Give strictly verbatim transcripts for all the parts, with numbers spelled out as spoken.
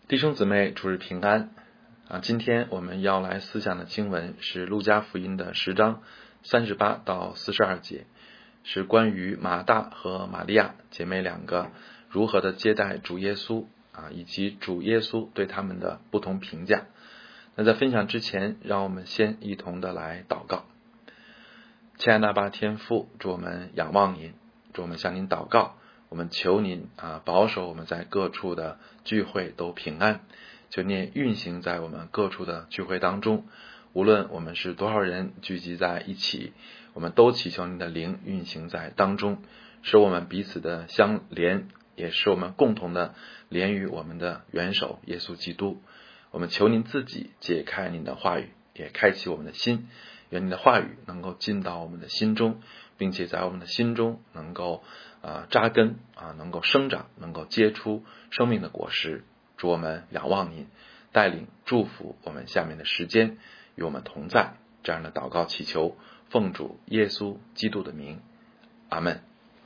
弟兄姊妹，主日平安啊！今天我们要来思想的经文是路加福音的十章三十八到四十二节，是关于马大和玛利亚姐妹两个如何的接待主耶稣啊，以及主耶稣对他们的不同评价。那在分享之前，让我们先一同的来祷告。亲爱的阿爸天父，主我们仰望您，主我们向您祷告，我们求您啊保守我们在各处的聚会都平安，求您运行在我们各处的聚会当中，无论我们是多少人聚集在一起，我们都祈求您的灵运行在当中，使我们彼此的相连，也使我们共同的连于我们的元首耶稣基督。我们求您自己解开您的话语，也开启我们的心，愿您的话语能够进到我们的心中，并且在我们的心中能够啊扎根啊，能够生长，能够结出生命的果实。主我们仰望您，带领祝福我们下面的时间，与我们同在。这样的祷告祈求，奉主耶稣基督的名，阿们。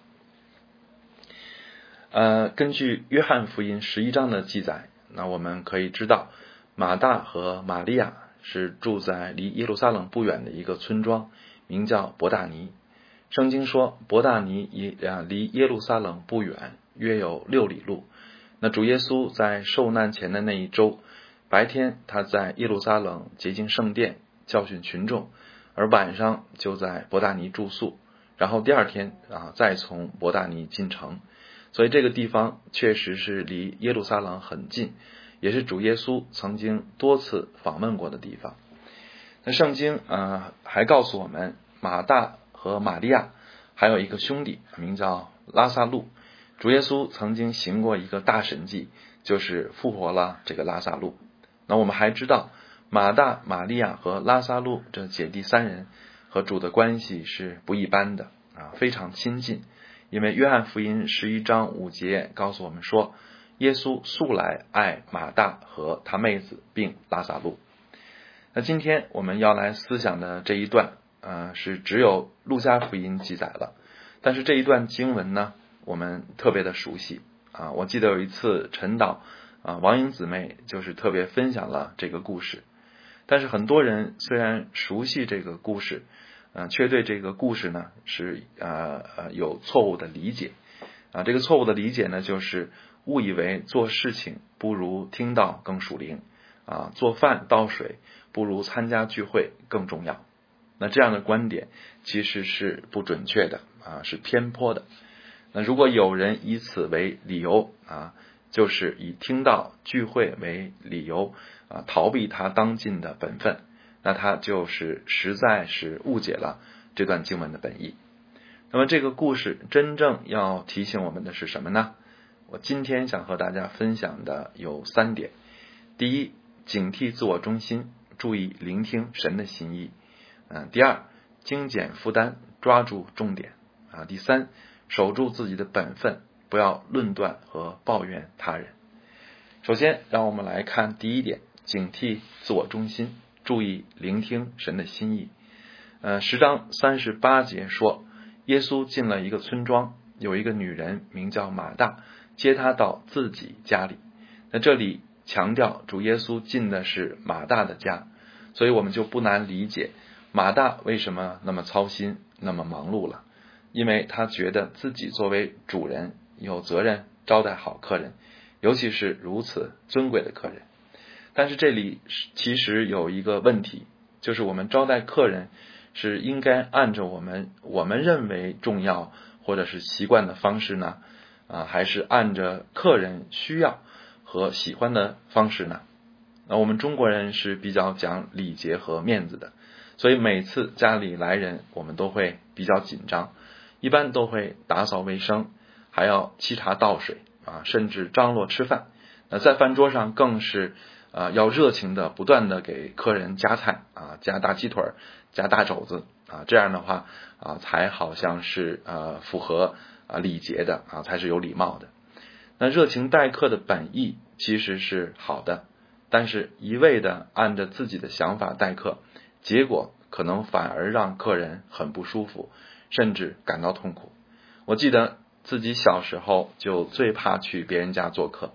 呃，根据约翰福音十一章的记载，那我们可以知道，马大和玛利亚是住在离耶路撒冷不远的一个村庄，名叫伯大尼。圣经说伯大尼离耶路撒冷不远，约有六里路。那主耶稣在受难前的那一周，白天他在耶路撒冷洁净圣殿教训群众，而晚上就在伯大尼住宿，然后第二天啊再从伯大尼进城。所以这个地方确实是离耶路撒冷很近，也是主耶稣曾经多次访问过的地方。那圣经呃还告诉我们，马大和玛利亚还有一个兄弟名叫拉撒路，主耶稣曾经行过一个大神迹，就是复活了这个拉撒路。那我们还知道马大、玛利亚和拉撒路这姐弟三人和主的关系是不一般的啊，非常亲近。因为约翰福音十一章五节告诉我们说，耶稣素来爱马大和他妹子并拉撒路。那今天我们要来思想的这一段呃，是只有路加福音记载了，但是这一段经文呢，我们特别的熟悉啊。我记得有一次陈导啊王英姊妹就是特别分享了这个故事，但是很多人虽然熟悉这个故事，呃，却对这个故事呢是呃呃有错误的理解啊。这个错误的理解呢，就是误以为做事情不如听道更属灵啊，做饭倒水不如参加聚会更重要。那这样的观点其实是不准确的啊，是偏颇的。那如果有人以此为理由啊，就是以听道聚会为理由啊，逃避他当尽的本分，那他就是实在是误解了这段经文的本意。那么这个故事真正要提醒我们的是什么呢？我今天想和大家分享的有三点。第一，警惕自我中心，注意聆听神的心意。嗯，第二，精简负担，抓住重点啊。第三，守住自己的本分，不要论断和抱怨他人。首先，让我们来看第一点，警惕自我中心，注意聆听神的心意。呃，十章三十八节说，耶稣进了一个村庄，有一个女人名叫马大，接他到自己家里。那这里强调主耶稣进的是马大的家，所以我们就不难理解马大为什么那么操心，那么忙碌了。因为他觉得自己作为主人有责任招待好客人，尤其是如此尊贵的客人。但是这里其实有一个问题，就是我们招待客人是应该按照我们我们认为重要或者是习惯的方式呢，啊，还是按着客人需要和喜欢的方式呢？那我们中国人是比较讲礼节和面子的，所以每次家里来人，我们都会比较紧张，一般都会打扫卫生，还要沏茶倒水啊，甚至张罗吃饭。那在饭桌上更是啊，要热情的不断的给客人夹菜啊，夹大鸡腿，夹大肘子啊，这样的话啊，才好像是呃符合啊礼节的啊，才是有礼貌的。那热情待客的本意其实是好的，但是一味的按着自己的想法待客，结果可能反而让客人很不舒服，甚至感到痛苦。我记得自己小时候就最怕去别人家做客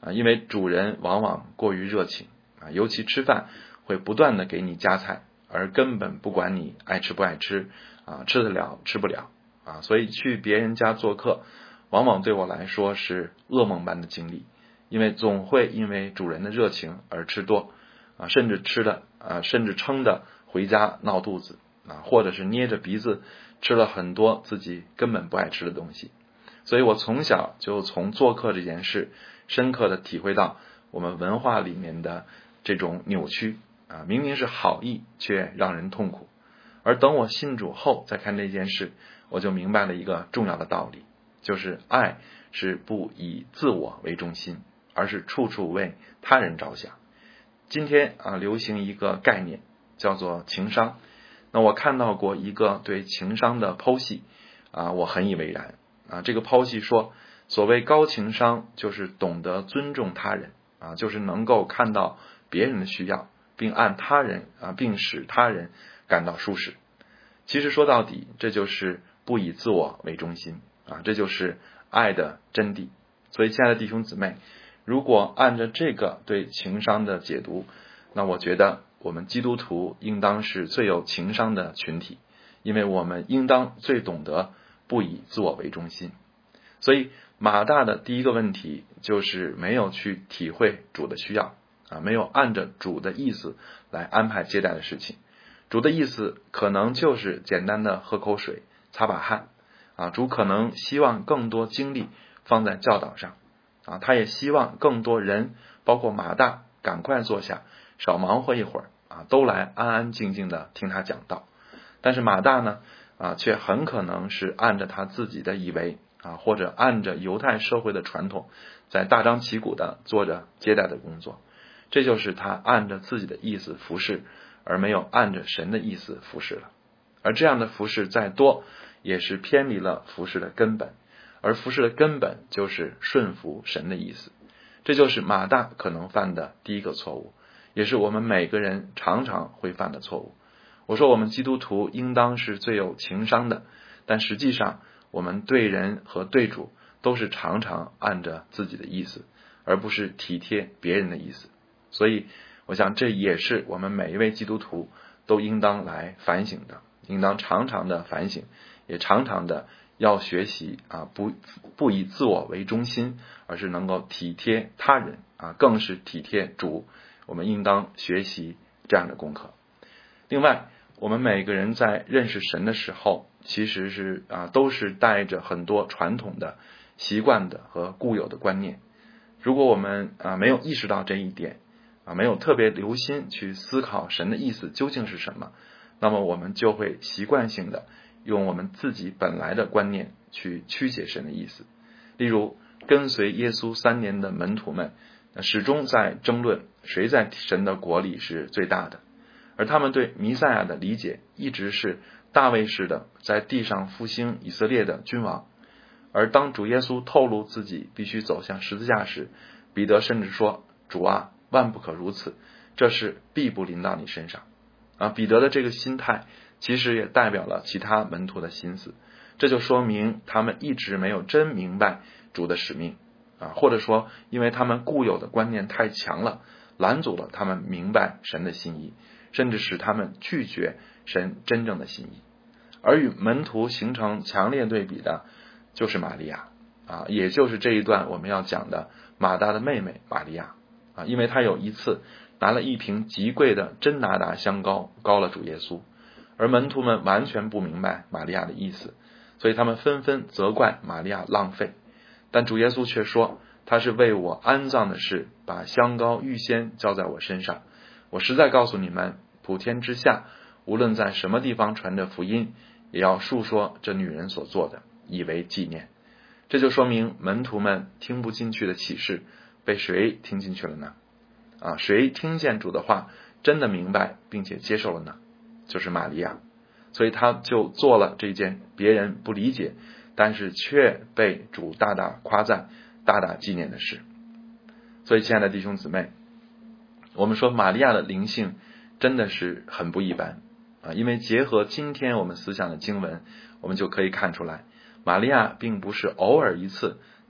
啊，因为主人往往过于热情啊，尤其吃饭会不断的给你夹菜，而根本不管你爱吃不爱吃啊，吃得了吃不了啊，所以去别人家做客，往往对我来说是噩梦般的经历，因为总会因为主人的热情而吃多啊，甚至吃的啊，甚至撑的回家闹肚子啊，或者是捏着鼻子吃了很多自己根本不爱吃的东西。所以我从小就从做客这件事深刻的体会到我们文化里面的这种扭曲啊，明明是好意却让人痛苦。而等我信主后再看这件事，我就明白了一个重要的道理，就是爱是不以自我为中心，而是处处为他人着想。今天啊，流行一个概念叫做情商。那我看到过一个对情商的剖析啊，我很以为然啊。这个剖析说，所谓高情商就是懂得尊重他人啊，就是能够看到别人的需要，并按他人啊，并使他人感到舒适。其实说到底，这就是不以自我为中心啊，这就是爱的真谛。所以亲爱的弟兄姊妹，如果按照这个对情商的解读，那我觉得我们基督徒应当是最有情商的群体，因为我们应当最懂得不以自我为中心。所以马大的第一个问题就是没有去体会主的需要啊，没有按着主的意思来安排接待的事情。主的意思可能就是简单的喝口水，擦把汗啊，主可能希望更多精力放在教导上啊，他也希望更多人，包括马大，赶快坐下，少忙活一会儿啊，都来安安静静的听他讲道。但是马大呢啊，却很可能是按着他自己的以为啊，或者按着犹太社会的传统，在大张旗鼓的做着接待的工作。这就是他按着自己的意思服侍，而没有按着神的意思服侍了。而这样的服侍再多，也是偏离了服侍的根本，而服侍的根本就是顺服神的意思。这就是马大可能犯的第一个错误，也是我们每个人常常会犯的错误。我说我们基督徒应当是最有情商的，但实际上我们对人和对主都是常常按着自己的意思，而不是体贴别人的意思。所以我想这也是我们每一位基督徒都应当来反省的，应当常常的反省，也常常的要学习啊，不不以自我为中心，而是能够体贴他人啊，更是体贴主。我们应当学习这样的功课。另外，我们每个人在认识神的时候，其实是啊，都是带着很多传统的习惯的和固有的观念。如果我们啊没有意识到这一点啊，没有特别留心去思考神的意思究竟是什么，那么我们就会习惯性的用我们自己本来的观念去曲解神的意思。例如，跟随耶稣三年的门徒们，始终在争论谁在神的国里是最大的，而他们对弥赛亚的理解一直是大卫式的在地上复兴以色列的君王。而当主耶稣透露自己必须走向十字架时，彼得甚至说，主啊，万不可如此，这事必不临到你身上啊。彼得的这个心态其实也代表了其他门徒的心思，这就说明他们一直没有真明白主的使命啊，或者说因为他们固有的观念太强了，拦阻了他们明白神的心意，甚至使他们拒绝神真正的心意。而与门徒形成强烈对比的就是玛利亚啊，也就是这一段我们要讲的马大的妹妹玛利亚啊，因为她有一次拿了一瓶极贵的真拿达香膏膏了主耶稣，而门徒们完全不明白玛利亚的意思，所以他们纷纷责怪玛利亚浪费。但主耶稣却说，他是为我安葬的事把香膏预先浇在我身上。我实在告诉你们，普天之下无论在什么地方传着福音，也要述说这女人所做的，以为纪念。这就说明门徒们听不进去的启示被谁听进去了呢？啊，谁听见主的话真的明白并且接受了呢？就是玛利亚。所以他就做了这件别人不理解但是却被主大大夸赞大大纪念的事。所以亲爱的弟兄姊妹，我们说玛利亚的灵性真的是很不一般啊，因为结合今天我们思想的经文，我们就可以看出来，玛利亚并不是偶尔一次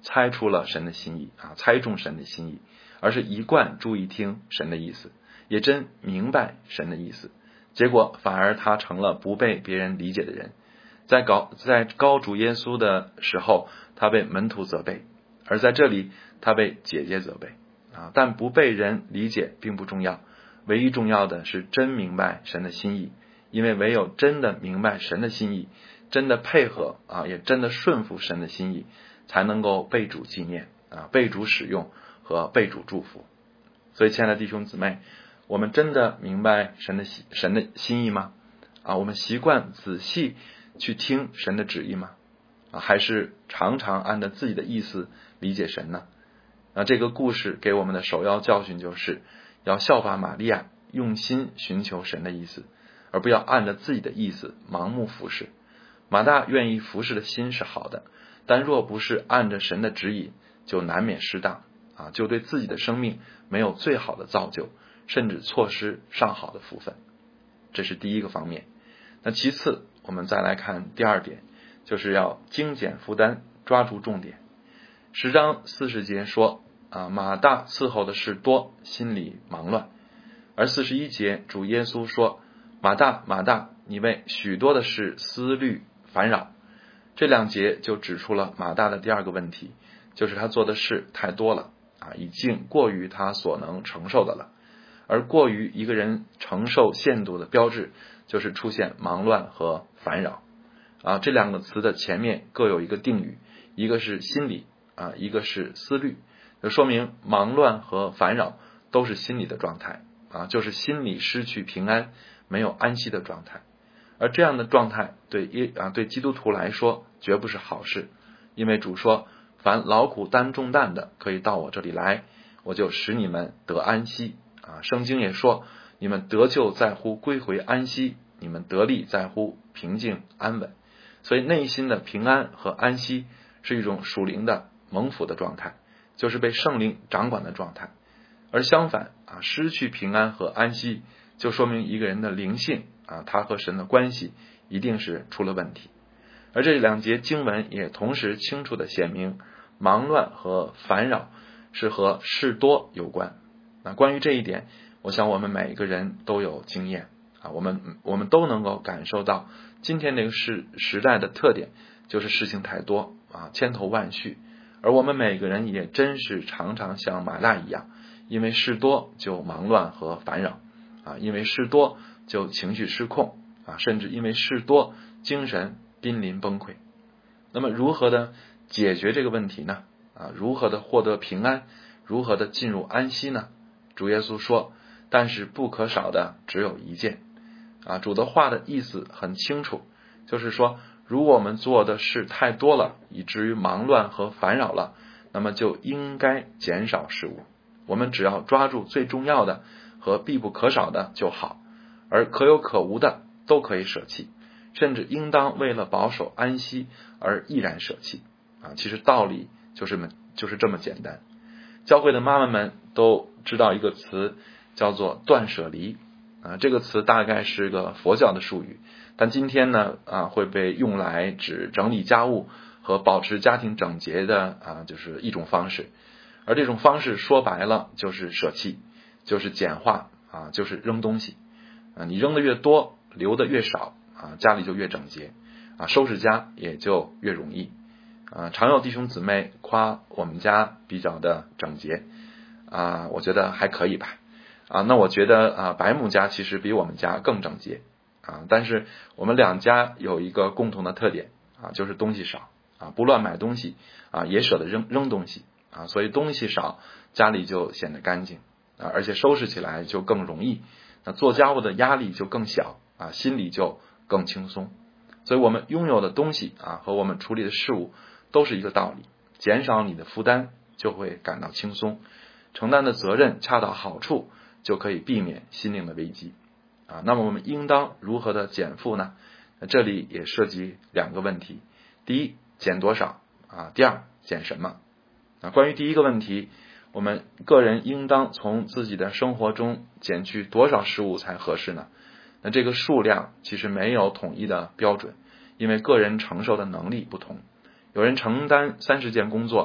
猜出了神的心意啊，猜中神的心意，而是一贯注意听神的意思，也真明白神的意思，结果反而他成了不被别人理解的人。在高在高主耶稣的时候，他被门徒责备，而在这里他被姐姐责备啊。但不被人理解并不重要，唯一重要的是真明白神的心意，因为唯有真的明白神的心意，真的配合啊，也真的顺服神的心意，才能够被主纪念啊，被主使用和被主祝福。所以亲爱的弟兄姊妹，我们真的明白神的神的心意吗？啊，我们习惯仔细去听神的旨意吗？啊，还是常常按照自己的意思理解神呢？啊，这个故事给我们的首要教训就是要效法玛利亚，用心寻求神的意思，而不要按照自己的意思盲目服侍。马大愿意服侍的心是好的，但若不是按着神的指引，就难免失当啊，就对自己的生命没有最好的造就，甚至错失上好的福分。这是第一个方面。那其次，我们再来看第二点，就是要精简负担，抓住重点。十章四十节说啊，马大伺候的事多，心里忙乱。而四十一节主耶稣说，马大马大，你为许多的事思虑烦扰。这两节就指出了马大的第二个问题，就是他做的事太多了啊，已经过于他所能承受的了。而过于一个人承受限度的标志，就是出现忙乱和烦扰啊。这两个词的前面各有一个定语，一个是心理啊，一个是思虑，就说明忙乱和烦扰都是心理的状态啊，就是心里失去平安，没有安息的状态。而这样的状态对耶啊对基督徒来说绝不是好事，因为主说，凡劳苦担重担的，可以到我这里来，我就使你们得安息啊。圣经也说，你们得救在乎归回安息，你们得力在乎平静安稳。所以内心的平安和安息是一种属灵的蒙福的状态，就是被圣灵掌管的状态。而相反啊，失去平安和安息，就说明一个人的灵性啊，他和神的关系一定是出了问题。而这两节经文也同时清楚地显明，忙乱和烦扰是和事多有关。那关于这一点，我想我们每一个人都有经验啊，我们我们都能够感受到，今天这个时时代的特点就是事情太多啊，千头万绪。而我们每个人也真是常常像马大一样，因为事多就忙乱和烦扰啊，因为事多就情绪失控啊，甚至因为事多精神濒临崩溃。那么如何的解决这个问题呢？啊，如何的获得平安？如何的进入安息呢？主耶稣说，但是不可少的只有一件啊。主的话的意思很清楚，就是说，如果我们做的事太多了，以至于忙乱和烦扰了，那么就应该减少事物。我们只要抓住最重要的和必不可少的就好，而可有可无的都可以舍弃，甚至应当为了保守安息而毅然舍弃啊。其实道理就是就是这么简单。教会的妈妈们都知道一个词叫做断舍离啊，这个词大概是个佛教的术语，但今天呢啊会被用来指整理家务和保持家庭整洁的啊就是一种方式。而这种方式说白了就是舍弃，就是简化啊，就是扔东西啊。你扔的越多，留的越少啊，家里就越整洁啊，收拾家也就越容易啊。常有弟兄姊妹夸我们家比较的整洁啊，我觉得还可以吧啊。那我觉得啊，白木家其实比我们家更整洁啊，但是我们两家有一个共同的特点啊，就是东西少啊，不乱买东西啊，也舍得扔扔东西啊，所以东西少，家里就显得干净啊，而且收拾起来就更容易，那做家务的压力就更小啊，心里就更轻松。所以我们拥有的东西啊，和我们处理的事物都是一个道理，减少你的负担，就会感到轻松，承担的责任恰到好处，就可以避免心灵的危机啊。那么我们应当如何的减负呢？那这里也涉及两个问题，第一，减多少啊？第二，减什么？啊，关于第一个问题，我们个人应当从自己的生活中减去多少事物才合适呢？那这个数量其实没有统一的标准，因为个人承受的能力不同。有人承担三十件工作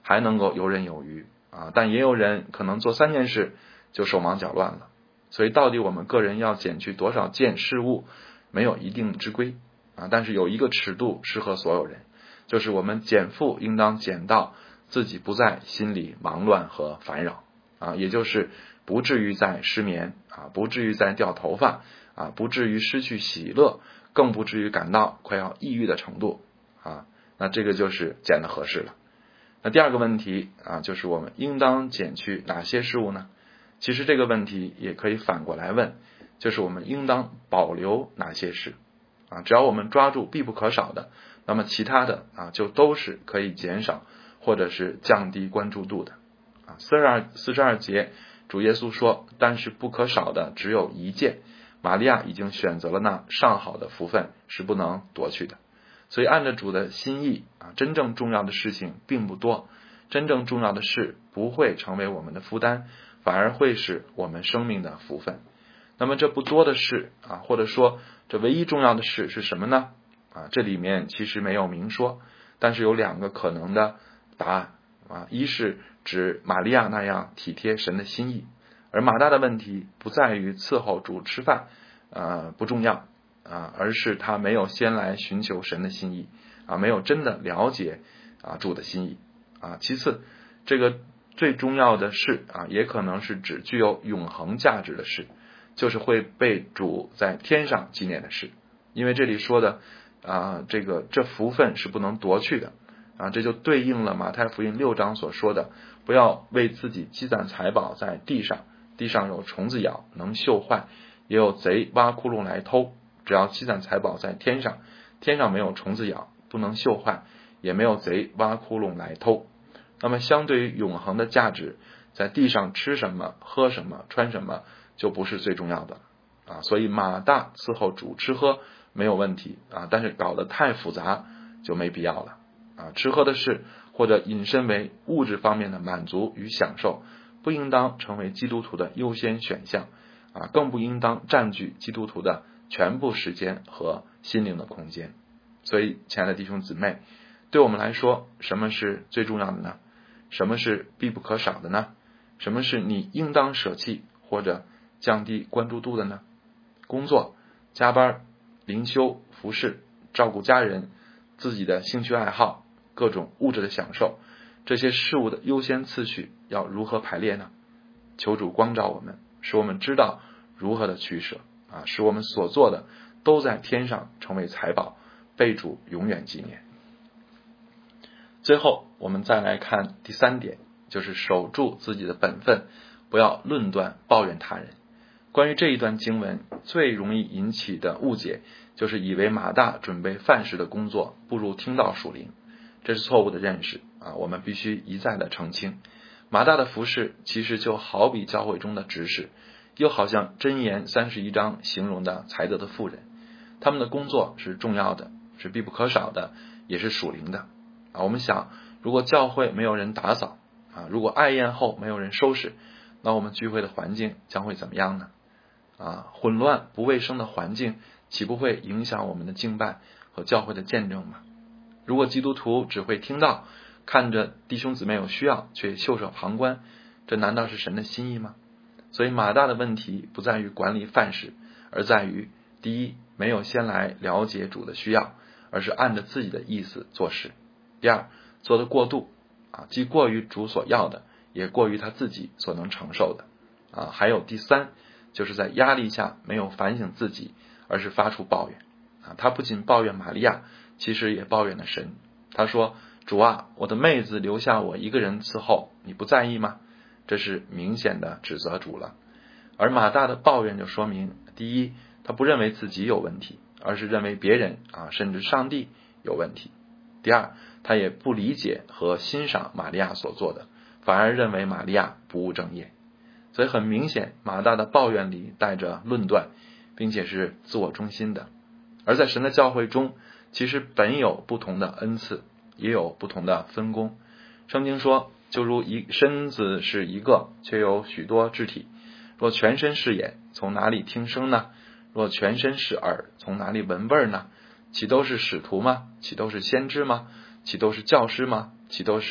还能够游刃有余啊，但也有人可能做三件事就手忙脚乱了。所以到底我们个人要减去多少件事物，没有一定之规啊，但是有一个尺度适合所有人，就是我们减负应当减到自己不再心里忙乱和烦扰啊，也就是不至于再失眠啊，不至于再掉头发啊，不至于失去喜乐，更不至于感到快要抑郁的程度啊，那这个就是减的合适了。那第二个问题啊，就是我们应当减去哪些事物呢？其实这个问题也可以反过来问，就是我们应当保留哪些事啊？只要我们抓住必不可少的，那么其他的啊就都是可以减少或者是降低关注度的啊。四十二四十二节，主耶稣说，但是不可少的只有一件，玛利亚已经选择了那上好的福分，是不能夺去的。所以按着主的心意啊，真正重要的事情并不多，真正重要的事不会成为我们的负担，反而会是我们生命的福分。那么这不多的事啊，或者说这唯一重要的事是什么呢？啊，这里面其实没有明说，但是有两个可能的答案啊，一是指玛利亚那样体贴神的心意，而马大的问题不在于伺候主吃饭呃不重要啊，而是他没有先来寻求神的心意啊，没有真的了解啊主的心意啊。其次，这个最重要的事啊，也可能是指具有永恒价值的事，就是会被主在天上纪念的事。因为这里说的啊，这个这福分是不能夺去的啊，这就对应了马太福音六章所说的，不要为自己积攒财宝在地上，地上有虫子咬，能锈坏，也有贼挖窟窿来偷。只要积攒财宝在天上，天上没有虫子咬，不能锈坏，也没有贼挖窟窿来偷。那么相对于永恒的价值，在地上吃什么喝什么穿什么就不是最重要的啊。所以马大伺候主吃喝没有问题啊，但是搞得太复杂就没必要了啊。吃喝的事或者引申为物质方面的满足与享受，不应当成为基督徒的优先选项啊，更不应当占据基督徒的全部时间和心灵的空间。所以亲爱的弟兄姊妹，对我们来说，什么是最重要的呢？什么是必不可少的呢？什么是你应当舍弃或者降低关注度的呢？工作、加班、灵修、服侍、照顾家人、自己的兴趣爱好、各种物质的享受，这些事物的优先次序要如何排列呢？求主光照我们，使我们知道如何的取舍啊，使我们所做的都在天上成为财宝，被主永远纪念。最后我们再来看第三点，就是守住自己的本分，不要论断抱怨他人。关于这一段经文，最容易引起的误解就是以为马大准备饭食的工作不如听道属灵，这是错误的认识啊，我们必须一再的澄清。马大的服事其实就好比教会中的执事，又好像箴言三十一章形容的才德的妇人，他们的工作是重要的，是必不可少的，也是属灵的啊。我们想，如果教会没有人打扫啊，如果爱宴后没有人收拾，那我们聚会的环境将会怎么样呢？啊，混乱不卫生的环境岂不会影响我们的敬拜和教会的见证吗？如果基督徒只会听到，看着弟兄姊妹有需要却袖手旁观，这难道是神的心意吗？所以马大的问题不在于管理饭食，而在于第一，没有先来了解主的需要，而是按着自己的意思做事；第二，做得过度啊，既过于主所要的，也过于他自己所能承受的啊；还有第三，就是在压力下没有反省自己，而是发出抱怨啊。他不仅抱怨玛利亚，其实也抱怨了神。他说，主啊，我的妹子留下我一个人伺候，你不在意吗？这是明显的指责主了。而马大的抱怨就说明，第一，他不认为自己有问题，而是认为别人啊，甚至上帝有问题；第二，他也不理解和欣赏玛利亚所做的，反而认为玛利亚不务正业。所以很明显，马大的抱怨里带着论断，并且是自我中心的。而在神的教会中，其实本有不同的恩赐，也有不同的分工。圣经说，就如一身子是一个，却有许多肢体。若全身是眼，从哪里听声呢？若全身是耳，从哪里闻味呢？岂都是使徒吗？岂都是先知吗？岂都是教师吗？岂都是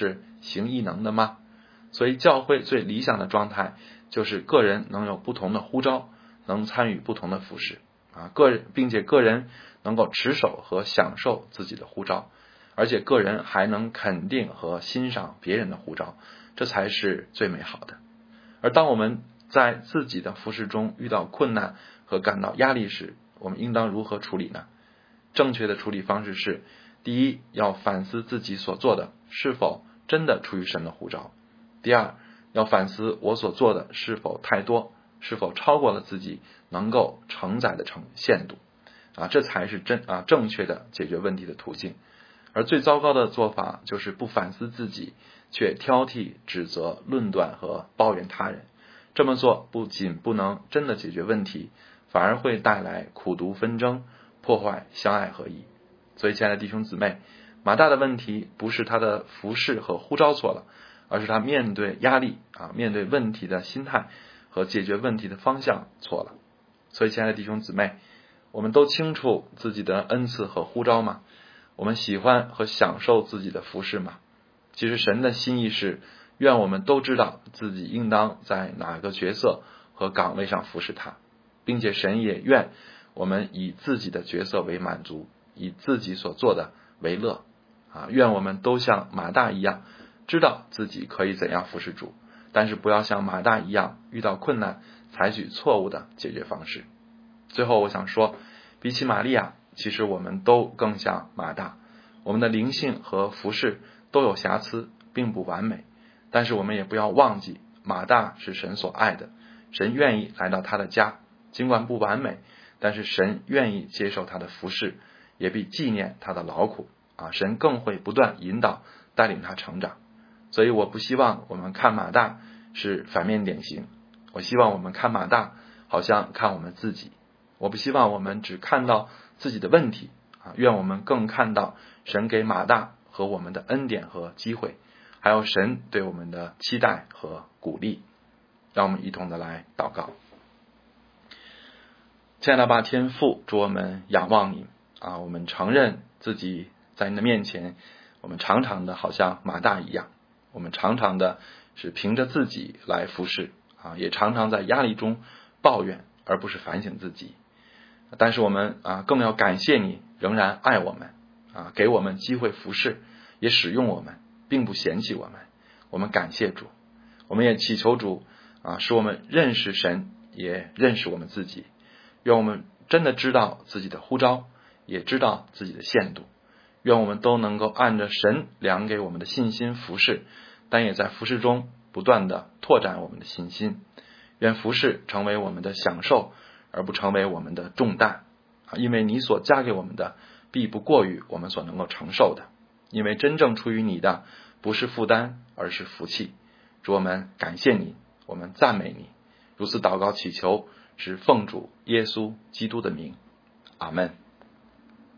行异能的吗？所以教会最理想的状态就是个人能有不同的呼召，能参与不同的服事啊，个人并且个人能够持守和享受自己的呼召，而且个人还能肯定和欣赏别人的呼召，这才是最美好的。而当我们在自己的服事中遇到困难和感到压力时，我们应当如何处理呢？正确的处理方式是：第一，要反思自己所做的是否真的出于神的呼召；第二，要反思我所做的是否太多，是否超过了自己能够承载的程限度啊，这才是真啊正确的解决问题的途径。而最糟糕的做法就是不反思自己，却挑剔、指责、论断和抱怨他人。这么做不仅不能真的解决问题，反而会带来苦毒纷争，破坏相爱合一。所以亲爱的弟兄姊妹，马大的问题不是他的服事和呼召错了，而是他面对压力啊，面对问题的心态和解决问题的方向错了。所以亲爱的弟兄姊妹，我们都清楚自己的恩赐和呼召吗？我们喜欢和享受自己的服事吗？其实神的心意是，愿我们都知道自己应当在哪个角色和岗位上服侍他，并且神也愿我们以自己的角色为满足，以自己所做的为乐啊！愿我们都像马大一样，知道自己可以怎样服侍主，但是不要像马大一样遇到困难采取错误的解决方式。最后我想说，比起玛利亚，其实我们都更像马大，我们的灵性和服事都有瑕疵，并不完美，但是我们也不要忘记，马大是神所爱的，神愿意来到他的家，尽管不完美，但是神愿意接受他的服事，也必纪念他的劳苦啊！神更会不断引导带领他成长。所以我不希望我们看马大是反面典型，我希望我们看马大好像看我们自己。我不希望我们只看到自己的问题啊，愿我们更看到神给马大和我们的恩典和机会，还有神对我们的期待和鼓励。让我们一同的来祷告。亲爱的爸天父，主我们仰望你啊，我们承认自己在你的面前，我们常常的好像马大一样，我们常常的是凭着自己来服侍啊，也常常在压力中抱怨，而不是反省自己。但是我们啊，更要感谢你仍然爱我们啊，给我们机会服侍，也使用我们，并不嫌弃我们。我们感谢主，我们也祈求主啊，使我们认识神，也认识我们自己。愿我们真的知道自己的呼召，也知道自己的限度。愿我们都能够按着神量给我们的信心服侍，但也在服侍中不断的拓展我们的信心。愿服侍成为我们的享受，而不成为我们的重担啊！因为你所加给我们的，必不过于我们所能够承受的。因为真正出于你的，不是负担，而是福气。主，我们感谢你，我们赞美你。如此祷告祈求，是奉主耶稣基督的名，阿们。